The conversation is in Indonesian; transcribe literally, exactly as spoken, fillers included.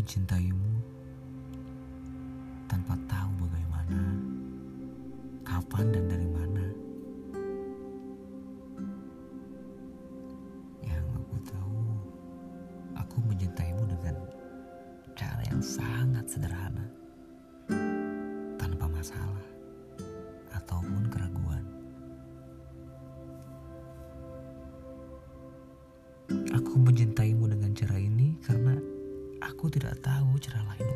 mencintaimu tanpa tahu bagaimana, kapan dan dari mana. Yang aku tahu, aku mencintaimu dengan cara yang sangat sederhana, tanpa masalah ataupun keraguan. Aku mencintaimu dengan cara ini karena aku tidak tahu cara lain